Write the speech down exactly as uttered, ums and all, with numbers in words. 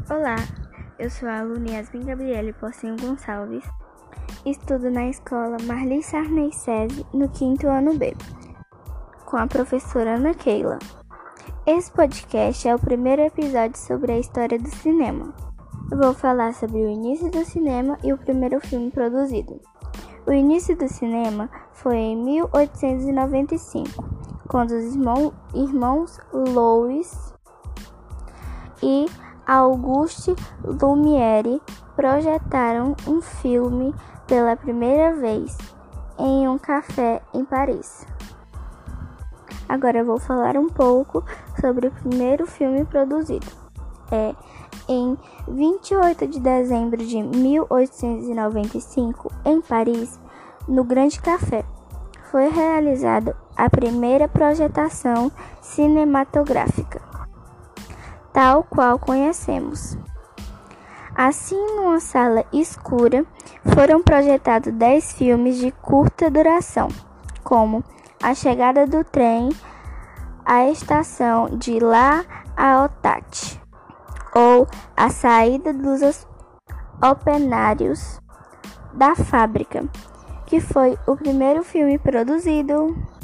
Olá, eu sou a aluna Yasmin Gabriele Porcinho Gonçalves. Estudo na escola Marli Sarney Cese, no quinto ano B, com a professora Ana Keila. Esse podcast é o primeiro episódio sobre a história do cinema. Eu vou falar sobre o início do cinema e o primeiro filme produzido. O início do cinema foi em mil oitocentos e noventa e cinco, quando os irmãos Louis e Auguste Lumière projetaram um filme pela primeira vez em um café em Paris. Agora eu vou falar um pouco sobre o primeiro filme produzido. É em vinte e oito de dezembro de mil oitocentos e noventa e cinco, em Paris, no Grande Café, foi realizada a primeira projetação cinematográfica, tal qual conhecemos. Assim, numa sala escura, foram projetados dez filmes de curta duração, como A Chegada do Trem, A Estação de La Hautette, ou A Saída dos Operários da Fábrica, que foi o primeiro filme produzido.